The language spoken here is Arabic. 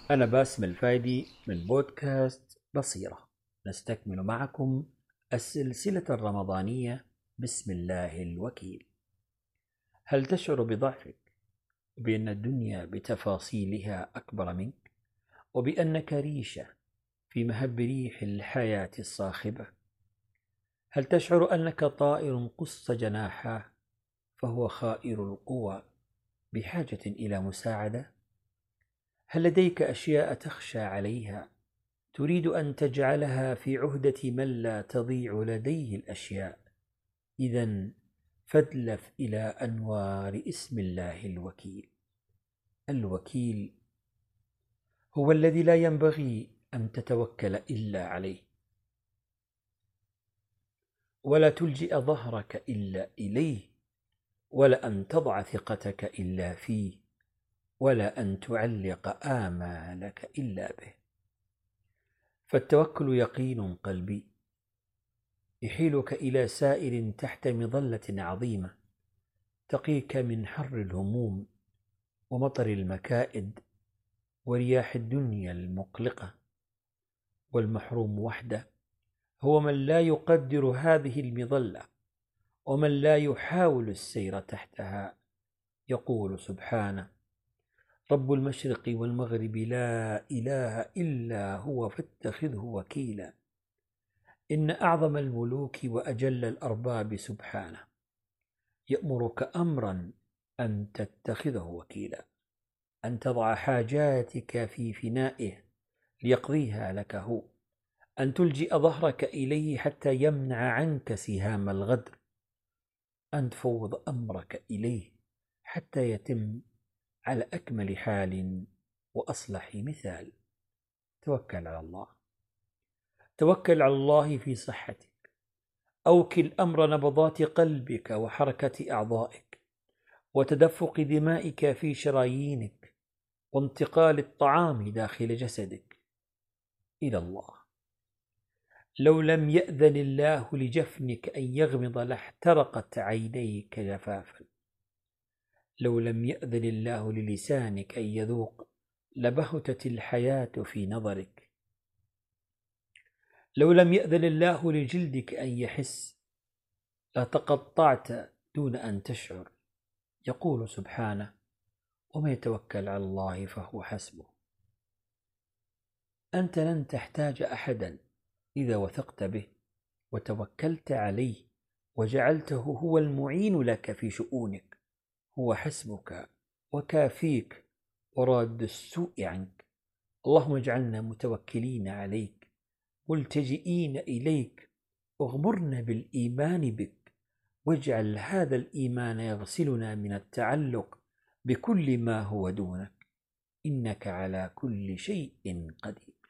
أنا باسم الفايدي من بودكاست بصيرة. نستكمل معكم السلسلة الرمضانية بسم الله الوكيل. هل تشعر بضعفك وبأن الدنيا بتفاصيلها أكبر منك وبأنك ريشة في مهب ريح الحياة الصاخبة؟ هل تشعر أنك طائر قص جناحاه فهو خائر القوى بحاجة إلى مساعدة؟ هل لديك أشياء تخشى عليها تريد أن تجعلها في عهدة من لا تضيع لديه الأشياء؟ إذن فادلف إلى أنوار اسم الله الوكيل. الوكيل هو الذي لا ينبغي أن تتوكل إلا عليه، ولا تلجئ ظهرك إلا إليه، ولا أن تضع ثقتك إلا فيه، ولا أن تعلق آمالك إلا به. فالتوكل يقين قلبي يحيلك إلى سائر تحت مظلة عظيمة تقيك من حر الهموم ومطر المكائد ورياح الدنيا المقلقة. والمحروم وحده هو من لا يقدر هذه المظلة ومن لا يحاول السير تحتها. يقول سبحانه: رب المشرق والمغرب لا إله إلا هو فاتخذه وكيلا. إن أعظم الملوك وأجل الأرباب سبحانه يأمرك أمرا أن تتخذه وكيلا، أن تضع حاجاتك في فنائه ليقضيها لك هو، أن تلجئ ظهرك إليه حتى يمنع عنك سهام الغدر، أن تفوض أمرك إليه حتى يتم على أكمل حال وأصلح مثال. توكل على الله. توكل على الله في صحتك، أوكل أمر نبضات قلبك وحركة أعضائك وتدفق دمائك في شرايينك وانتقال الطعام داخل جسدك إلى الله. لو لم يأذن الله لجفنك أن يغمض لاحترقت عينيك جفافا. لو لم يأذن الله للسانك أن يذوق لبهتت الحياة في نظرك. لو لم يأذن الله لجلدك أن يحس لتقطعت دون أن تشعر. يقول سبحانه: ومن يتوكل على الله فهو حسبه. أنت لن تحتاج أحدا إذا وثقت به وتوكلت عليه وجعلته هو المعين لك في شؤونك. هو حسبك وكافيك وراد السوء عنك. اللهم اجعلنا متوكلين عليك ملتجئين إليك، واغمرنا بالإيمان بك، واجعل هذا الإيمان يغسلنا من التعلق بكل ما هو دونك، إنك على كل شيء قدير.